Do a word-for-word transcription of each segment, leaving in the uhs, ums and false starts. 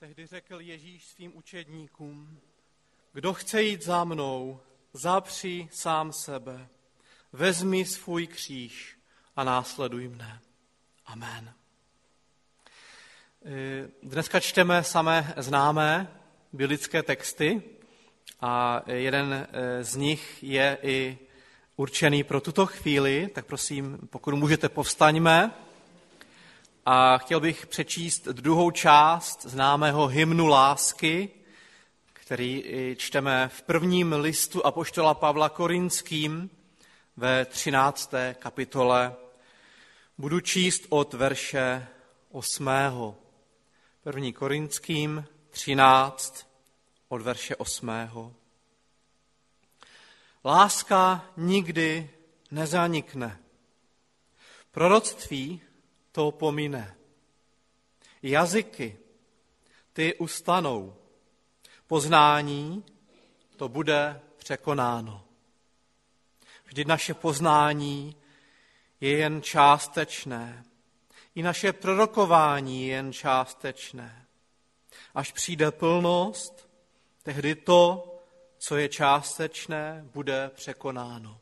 Tehdy řekl Ježíš svým učedníkům: kdo chce jít za mnou, zapři sám sebe, vezmi svůj kříž a následuj mne. Amen. Dneska čteme samé známé biblické texty a jeden z nich je i určený pro tuto chvíli, tak prosím, pokud můžete, povstaňme. A chtěl bych přečíst druhou část známého hymnu lásky, který čteme v prvním listu apoštola Pavla Korinským ve třinácté kapitole. Budu číst od verše osmého. První Korinským třináct od verše osmého. Láska nikdy nezanikne. Proroctví to pomine. Jazyky, ty ustanou. Poznání, to bude překonáno. Vždyť naše poznání je jen částečné. I naše prorokování je jen částečné. Až přijde plnost, tehdy to, co je částečné, bude překonáno.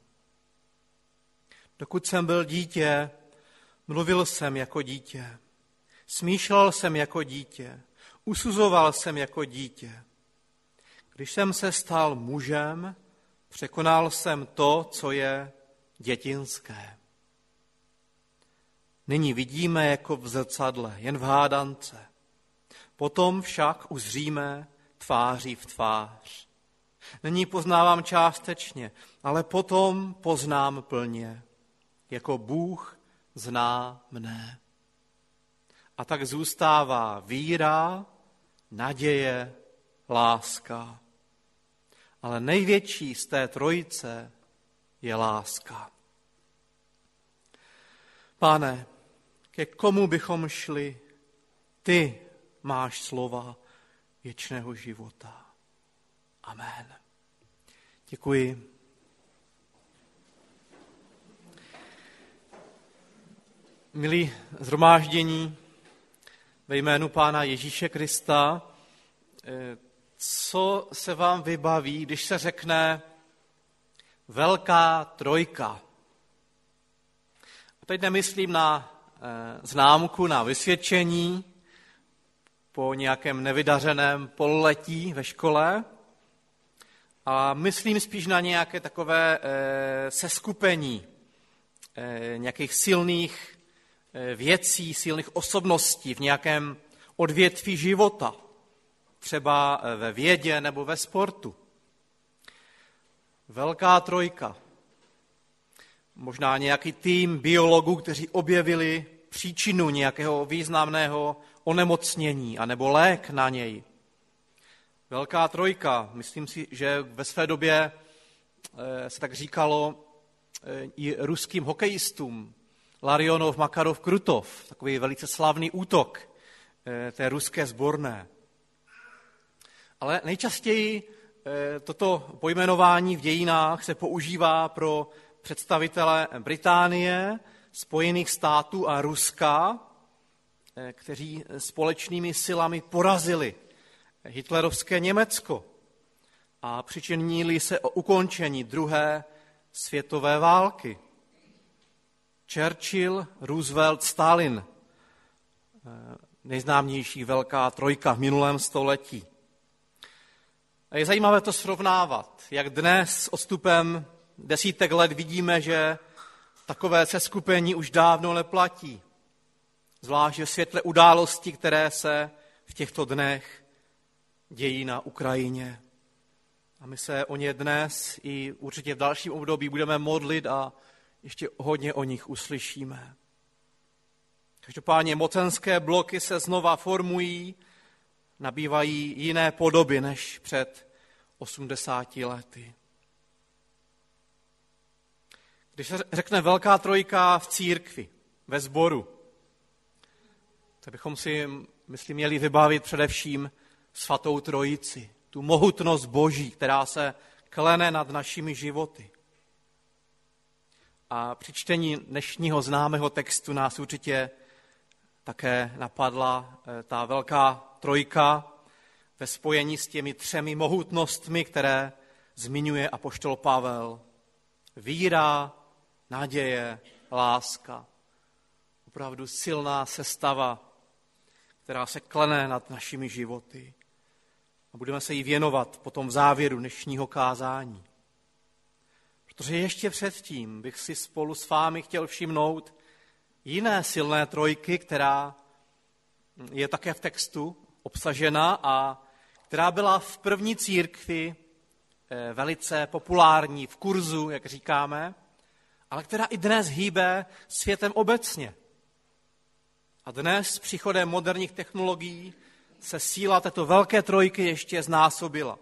Dokud jsem byl dítě, mluvil jsem jako dítě, smýšlel jsem jako dítě, usuzoval jsem jako dítě. Když jsem se stal mužem, překonal jsem to, co je dětinské. Nyní vidíme jako v zrcadle, jen v hádance. Potom však uzříme tváří v tvář. Nyní poznávám částečně, ale potom poznám plně, jako Bůh zná mne. A tak zůstává víra, naděje, láska. Ale největší z té trojice je láska. Pane, ke komu bychom šli? Ty máš slova věčného života. Amen. Děkuji. Milí shromáždění, ve jménu Pána Ježíše Krista, co se vám vybaví, když se řekne Velká trojka? A teď nemyslím na známku, na vysvědčení po nějakém nevydařeném pololetí ve škole, a myslím spíš na nějaké takové seskupení nějakých silných věcí, silných osobností v nějakém odvětví života, třeba ve vědě nebo ve sportu. Velká trojka. Možná nějaký tým biologů, kteří objevili příčinu nějakého významného onemocnění anebo lék na něj. Velká trojka, myslím si, že ve své době se tak říkalo i ruským hokejistům. Larionov, Makarov, Krutov, takový velice slavný útok té ruské sborné. Ale nejčastěji toto pojmenování v dějinách se používá pro představitele Británie, Spojených států a Ruska, kteří společnými silami porazili hitlerovské Německo a přičinili se o ukončení druhé světové války. Churchill, Roosevelt, Stalin, nejznámější velká trojka v minulém století. A je zajímavé to srovnávat, jak dnes s odstupem desítek let vidíme, že takové seskupení už dávno neplatí. Zvlášť ve světle událostí, které se v těchto dnech dějí na Ukrajině. A my se o ně dnes i určitě v dalším období budeme modlit a ještě hodně o nich uslyšíme. Každopádně mocenské bloky se znova formují, nabývají jiné podoby než před osmdesáti lety. Když se řekne Velká trojka v církvi, ve sboru, tak bychom si, myslím, měli vybavit především svatou trojici, tu mohutnost Boží, která se klene nad našimi životy. A při čtení dnešního známého textu nás určitě také napadla ta velká trojka ve spojení s těmi třemi mohutnostmi, které zmiňuje apoštol Pavel. Víra, naděje, láska. Opravdu silná sestava, která se klene nad našimi životy. A budeme se jí věnovat potom v závěru dnešního kázání. Protože ještě předtím bych si spolu s vámi chtěl všimnout jiné silné trojky, která je také v textu obsažena a která byla v první církvi velice populární v kurzu, jak říkáme, ale která i dnes hýbe světem obecně. A dnes s příchodem moderních technologií se síla této velké trojky ještě znásobila.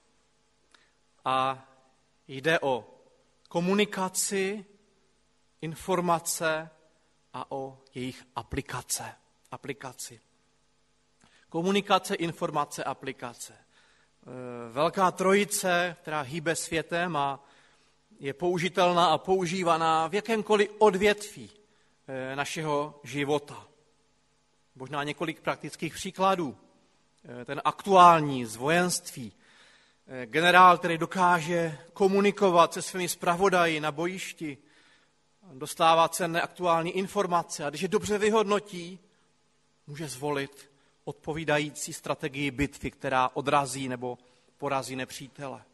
A jde o komunikaci, informace a o jejich aplikace. aplikaci. Komunikace, informace, aplikace. Velká trojice, která hýbe světem a je použitelná a používaná v jakémkoliv odvětví našeho života. Možná několik praktických příkladů. Ten aktuální z vojenství. Generál, který dokáže komunikovat se svými zpravodaji na bojišti, dostává cenné aktuální informace a když je dobře vyhodnotí, může zvolit odpovídající strategii bitvy, která odrazí nebo porazí nepřítele.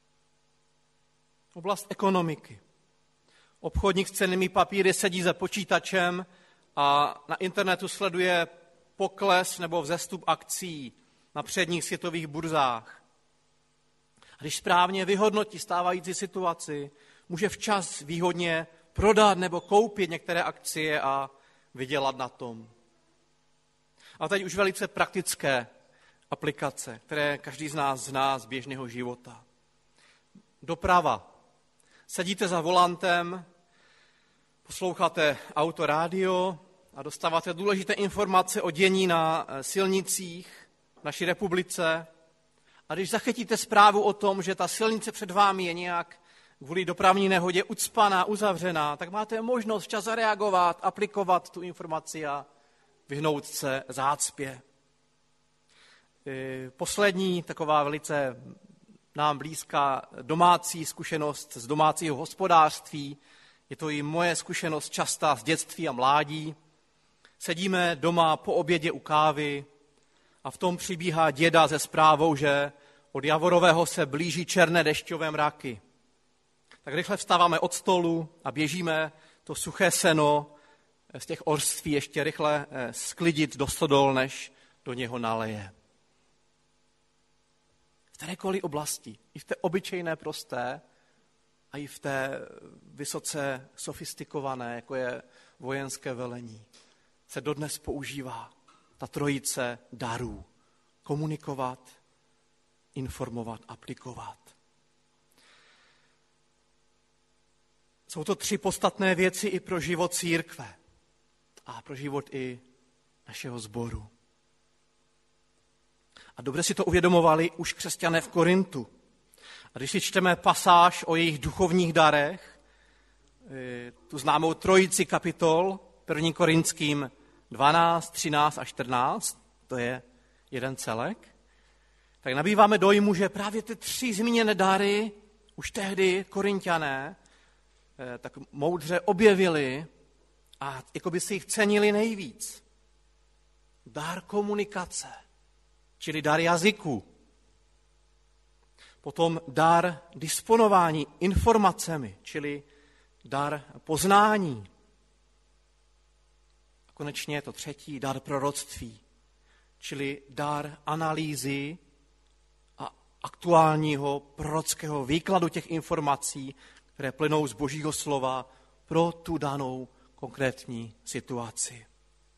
Oblast ekonomiky. Obchodník s cennými papíry sedí za počítačem a na internetu sleduje pokles nebo vzestup akcií na předních světových burzách. A když správně vyhodnotí stávající situaci, může včas výhodně prodat nebo koupit některé akcie a vydělat na tom. A teď už velice praktické aplikace, které každý z nás zná z běžného života. Doprava. Sedíte za volantem, posloucháte auto, rádio a dostáváte důležité informace o dění na silnicích v naší republice. A když zachytíte zprávu o tom, že ta silnice před vámi je nějak kvůli dopravní nehodě ucpaná, uzavřená, tak máte možnost včas zareagovat, aplikovat tu informaci a vyhnout se zácpě. Poslední taková velice nám blízká domácí zkušenost z domácího hospodářství, je to i moje zkušenost častá z dětství a mládí. Sedíme doma po obědě u kávy a v tom přibíhá děda se zprávou, že od Javorového se blíží černé dešťové mraky. Tak rychle vstáváme od stolu a běžíme to suché seno z těch orství ještě rychle sklidit do stodol, než do něho naleje. V kterékoliv oblasti, i v té obyčejné prosté a i v té vysoce sofistikované, jako je vojenské velení, se dodnes používá ta trojice darů. Komunikovat, informovat, aplikovat. Jsou to tři podstatné věci i pro život církve a pro život i našeho sboru. A dobře si to uvědomovali už křesťané v Korintu. A když si čteme pasáž o jejich duchovních darech, tu známou trojici kapitol, první Korinským dvanáct, třináct a čtrnáct, to je jeden celek, tak nabýváme dojmu, že právě ty tři zmíněné dary už tehdy Korinťané tak moudře objevili a jako by si jich cenili nejvíc. Dar komunikace, čili dar jazyku. Potom dar disponování informacemi, čili dar poznání. A konečně to třetí, dar proroctví, čili dar analýzy a aktuálního prorockého výkladu těch informací, které plynou z Božího slova pro tu danou konkrétní situaci.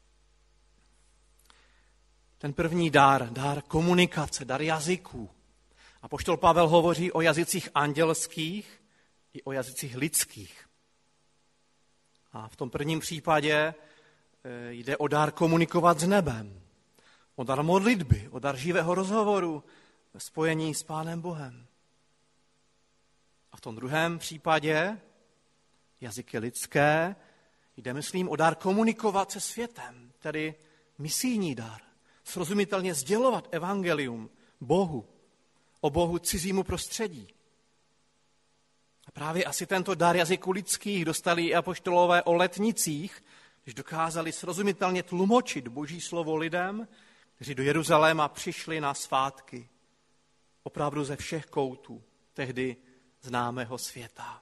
Ten první dar, dar komunikace, dar jazyků. Apoštol Pavel hovoří o jazycích andělských i o jazycích lidských. A v tom prvním případě jde o dar komunikovat s nebem, o dar modlitby, o dar živého rozhovoru ve spojení s Pánem Bohem. A v tom druhém případě, jazyky lidské, jde, myslím, o dar komunikovat se světem, tedy misijní dar, srozumitelně sdělovat evangelium Bohu, o Bohu cizímu prostředí. A právě asi tento dar jazyků lidských dostali i apoštolové o letnicích, když dokázali srozumitelně tlumočit Boží slovo lidem, kteří do Jeruzaléma přišli na svátky, opravdu ze všech koutů tehdy známého světa.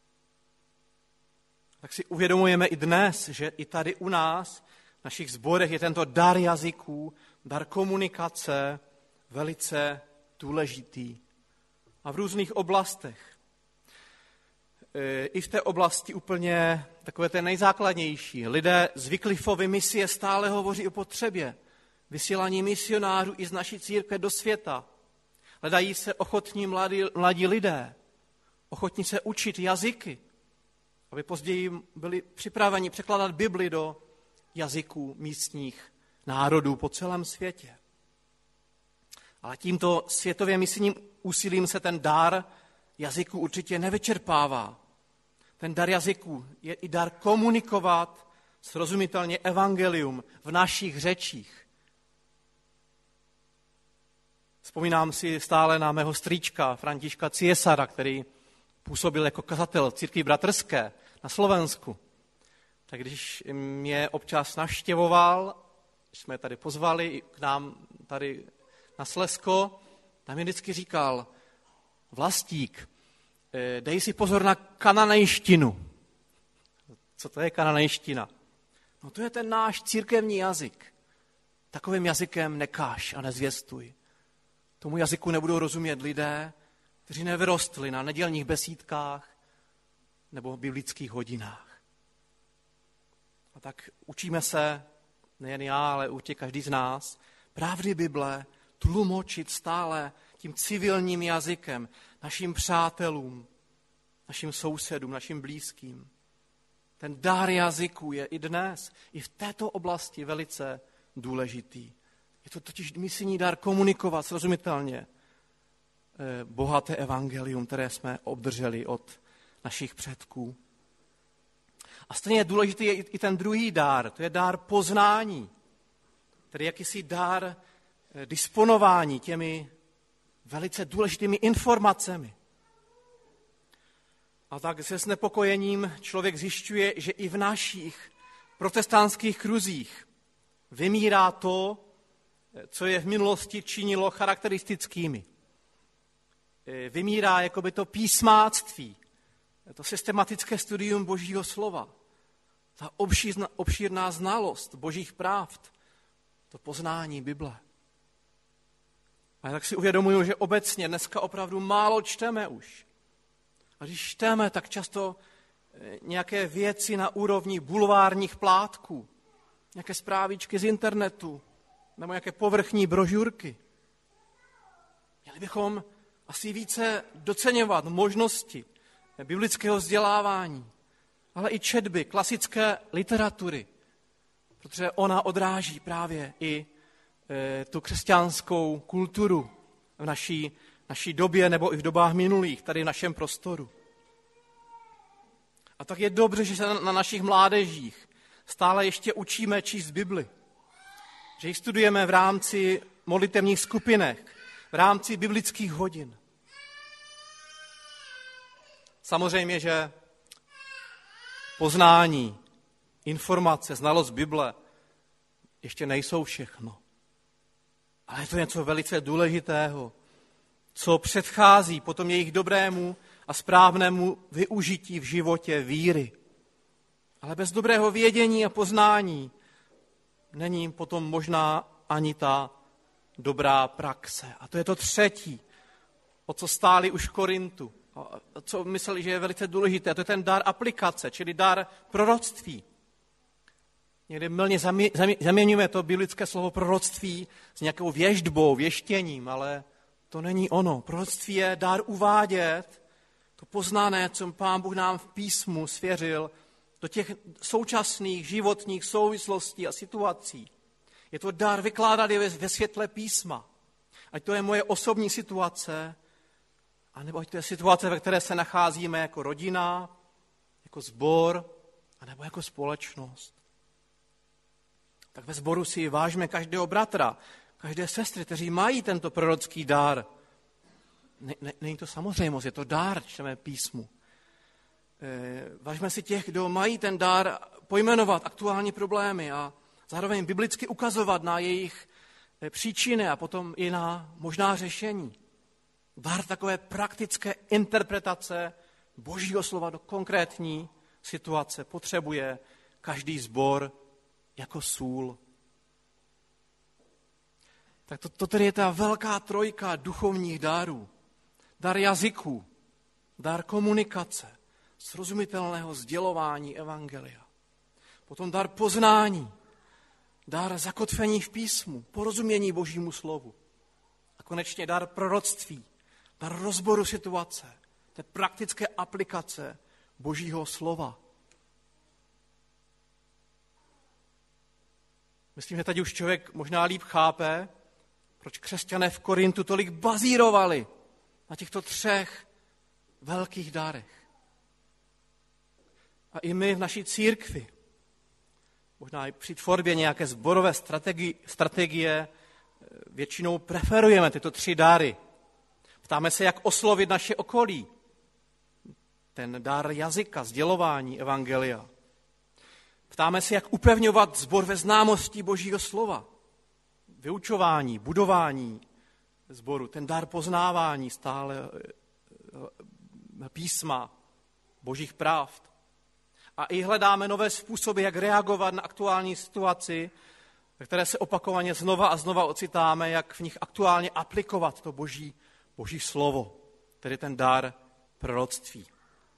Tak si uvědomujeme i dnes, že i tady u nás, v našich sborech, je tento dar jazyků, dar komunikace velice důležitý. A v různých oblastech. I v té oblasti úplně takové té nejzákladnější. Lidé z Wyclifovy misie stále hovoří o potřebě vysílání misionářů i z naší církve do světa. Hledají se ochotní mladí, mladí lidé, ochotní se učit jazyky, aby později byli připraveni překládat Bibli do jazyků místních národů po celém světě. Ale tímto světově misijním úsilím se ten dar jazyků určitě nevyčerpává. Ten dar jazyků je i dar komunikovat srozumitelně evangelium v našich řečích. Vzpomínám si stále na mého strýčka Františka Ciesara, který působil jako kazatel církvi bratrské na Slovensku. Tak když mě občas navštěvoval, jsme tady pozvali k nám tady na Slezsko, tam mi vždycky říkal: Vlastík, dej si pozor na kananejštinu. Co to je kananejština? No to je ten náš církevní jazyk. Takovým jazykem nekáž a nezvěstuj. Tomu jazyku nebudou rozumět lidé, kteří nevyrostli na nedělních besídkách nebo biblických hodinách. A tak učíme se, nejen já, ale určitě každý z nás, pravdy Bible tlumočit stále tím civilním jazykem našim přátelům, našim sousedům, našim blízkým. Ten dar jazyků je i dnes, i v této oblasti velice důležitý. Je to totiž misijní dar komunikovat srozumitelně bohaté evangelium, které jsme obdrželi od našich předků. A stejně důležitý je i ten druhý dar, to je dar poznání, tedy jakýsi dar disponování těmi velice důležitými informacemi. A tak se znepokojením člověk zjišťuje, že i v našich protestantských kruzích vymírá to, co je v minulosti činilo charakteristickými. Vymírá jakoby to písmáctví, to systematické studium Božího slova, ta obšírná, obšírná znalost Božích pravd, to poznání Bible. A tak si uvědomuju, že obecně dneska opravdu málo čteme už. A když čteme, tak často nějaké věci na úrovni bulvárních plátků, nějaké zprávičky z internetu, nebo nějaké povrchní brožurky. Měli bychom asi více doceňovat možnosti biblického vzdělávání, ale i četby, klasické literatury, protože ona odráží právě i e, tu křesťanskou kulturu v naší, naší době nebo i v dobách minulých, tady v našem prostoru. A tak je dobře, že se na, na našich mládežích stále ještě učíme číst Bibli, že ji studujeme v rámci modlitevních skupinek, v rámci biblických hodin. Samozřejmě, že poznání, informace, znalost Bible ještě nejsou všechno. Ale je to něco velice důležitého, co předchází potom jejich dobrému a správnému využití v životě víry. Ale bez dobrého vědění a poznání není potom možná ani ta dobrá praxe. A to je to třetí, o co stáli už v Korintu, co mysleli, že je velice důležité. A to je ten dar aplikace, čili dar proroctví. Někdy mylně zaměňujeme to biblické slovo proroctví s nějakou věštbou, věštěním, ale to není ono. Proroctví je dar uvádět to poznané, co Pán Bůh nám v písmu svěřil, do těch současných životních souvislostí a situací. Je to dar vykládat je ve světle písma. Ať to je moje osobní situace, anebo ať to je situace, ve které se nacházíme jako rodina, jako sbor, anebo jako společnost. Tak ve sboru si vážme každého bratra, každé sestry, kteří mají tento prorocký dar. Ne, ne, není to samozřejmost, je to dár, čteme písmu. E, Važme si těch, kdo mají ten dár pojmenovat aktuální problémy a zároveň biblicky ukazovat na jejich příčiny a potom i na možná řešení. Dar takové praktické interpretace Božího slova do konkrétní situace potřebuje každý sbor jako sůl. Tak to, to tedy je ta velká trojka duchovních dárů. Dar jazyků, dar komunikace, srozumitelného sdělování evangelia. Potom dar poznání, dar zakotvení v písmu, porozumění Božímu slovu. A konečně dar proroctví, dar rozboru situace, té praktické aplikace Božího slova. Myslím, že teď už člověk možná líp chápe, proč křesťané v Korintu tolik bazírovali na těchto třech velkých darech. A i my v naší církvi, možná i při tvorbě nějaké sborové strategie, strategie většinou preferujeme tyto tři dary. Ptáme se, jak oslovit naše okolí. Ten dar jazyka, sdělování evangelia. Ptáme se, jak upevňovat sbor ve známosti Božího slova. Vyučování, budování sboru, ten dar poznávání stále písma, Božích pravd. A i hledáme nové způsoby, jak reagovat na aktuální situaci, ve které se opakovaně znova a znova ocitáme, jak v nich aktuálně aplikovat to Boží, Boží slovo, tedy ten dar proroctví.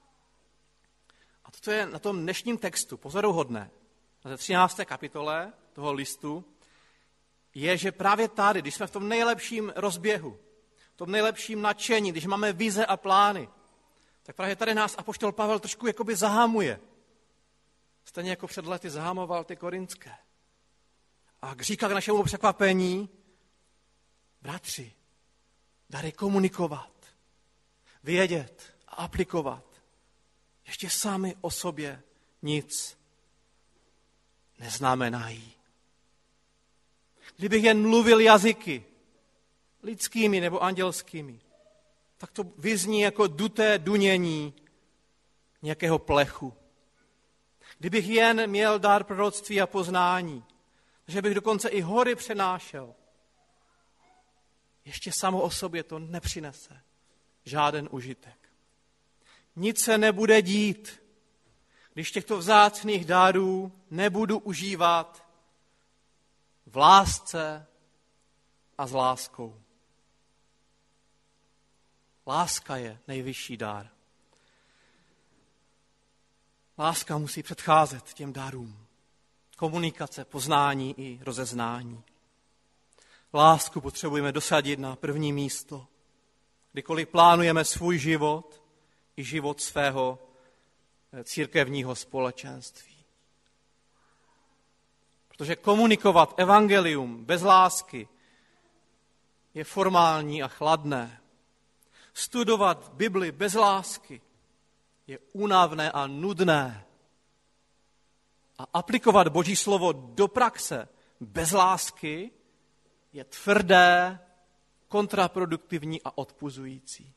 A toto je na tom dnešním textu pozoruhodné. Na té třinácté kapitole toho listu je, že právě tady, když jsme v tom nejlepším rozběhu, v tom nejlepším nadšení, když máme vize a plány, tak právě tady nás apoštol Pavel trošku jakoby zahámuje. Stejně jako před lety zahámoval ty korinské. A říká k našemu překvapení, bratři, dary komunikovat, vědět a aplikovat, ještě sami o sobě nic neznamenají. Kdybych jen mluvil jazyky, lidskými nebo andělskými, tak to vyzní jako duté dunění nějakého plechu. Kdybych jen měl dar proroctví a poznání, že bych dokonce i hory přenášel, ještě samo o sobě to nepřinese žáden užitek. Nic se nebude dít, když těchto vzácných dárů nebudu užívat v lásce a s láskou. Láska je nejvyšší dár. Láska musí předcházet těm darům. Komunikace, poznání i rozeznání. Lásku potřebujeme dosadit na první místo, kdykoliv plánujeme svůj život i život svého církevního společenství. Protože komunikovat evangelium bez lásky je formální a chladné. Studovat Bibli bez lásky je únavné a nudné. A aplikovat Boží slovo do praxe bez lásky je tvrdé, kontraproduktivní a odpuzující.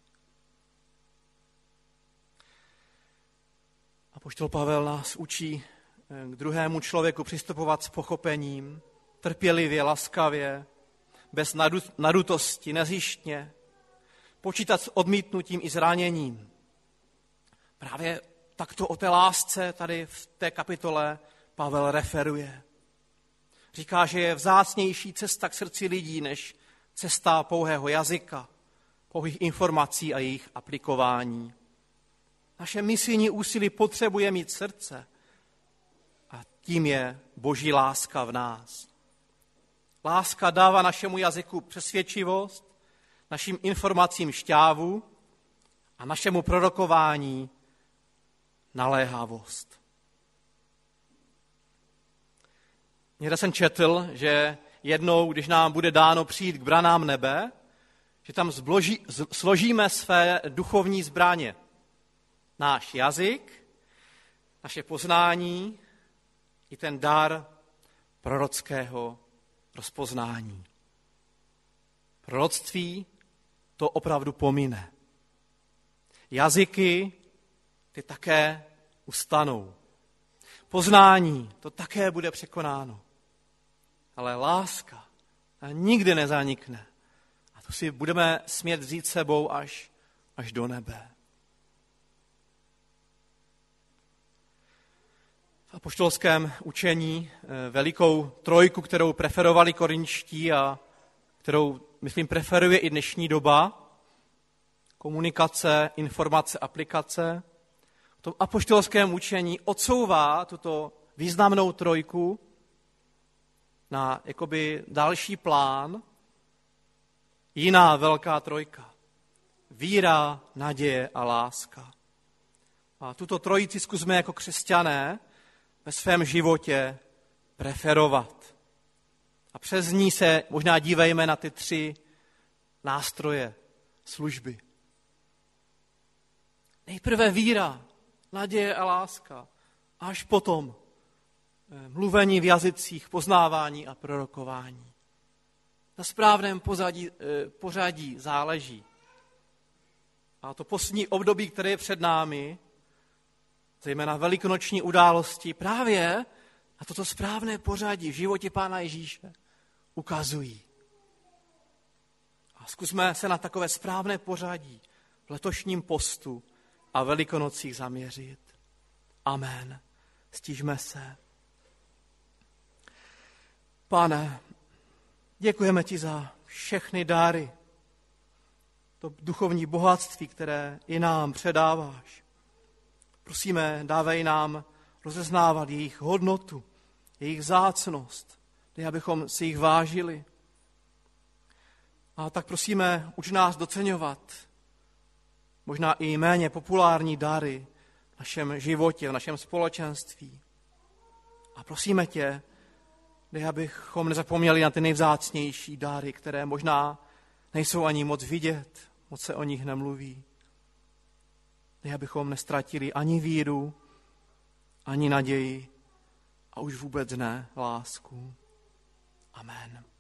Apoštol Pavel nás učí k druhému člověku přistupovat s pochopením, trpělivě, laskavě, bez nadutosti, nezištně, počítat s odmítnutím i zraněním. Právě takto o té lásce tady v té kapitole Pavel referuje. Říká, že je vzácnější cesta k srdci lidí, než cesta pouhého jazyka, pouhých informací a jejich aplikování. Naše misijní úsilí potřebuje mít srdce a tím je Boží láska v nás. Láska dává našemu jazyku přesvědčivost, našim informacím šťávu a našemu prorokování naléhavost. Někde jsem četl, že jednou, když nám bude dáno přijít k branám nebe, že tam zbloží, složíme své duchovní zbraně. Náš jazyk, naše poznání i ten dar prorockého rozpoznání. Proroctví to opravdu pomine. Jazyky ty také ustanou. Poznání to také bude překonáno. Ale láska nikdy nezanikne. A to si budeme smět vzít sebou až, až do nebe. V apoštolském učení velikou trojku, kterou preferovali korinští a kterou, myslím, preferuje i dnešní doba, komunikace, informace, aplikace, v tom apoštolském učení odsouvá tuto významnou trojku na jakoby další plán, jiná velká trojka. Víra, naděje a láska. A tuto trojici zkusme jako křesťané ve svém životě preferovat. A přes ní se možná dívejme na ty tři nástroje služby. Nejprve víra, naděje a láska. A až potom mluvení v jazycích, poznávání a prorokování. Na správném pozadí, pořadí záleží. A to poslední období, které je před námi, zejména velikonoční události, právě na toto správné pořadí v životě Pána Ježíše ukazují. A zkusme se na takové správné pořadí v letošním postu a velikonocích zaměřit. Amen. Stížme se. Pane, děkujeme ti za všechny dáry, to duchovní bohatství, které i nám předáváš. Prosíme, dávej nám rozeznávat jejich hodnotu, jejich vzácnost, dej, abychom si jich vážili. A tak prosíme, uč nás doceňovat možná i méně populární dary v našem životě, v našem společenství. A prosíme tě, dej, abychom nezapomněli na ty nejvzácnější dary, které možná nejsou ani moc vidět, moc se o nich nemluví. Dej, abychom nestratili ani víru, ani naději a už vůbec ne lásku. Amen.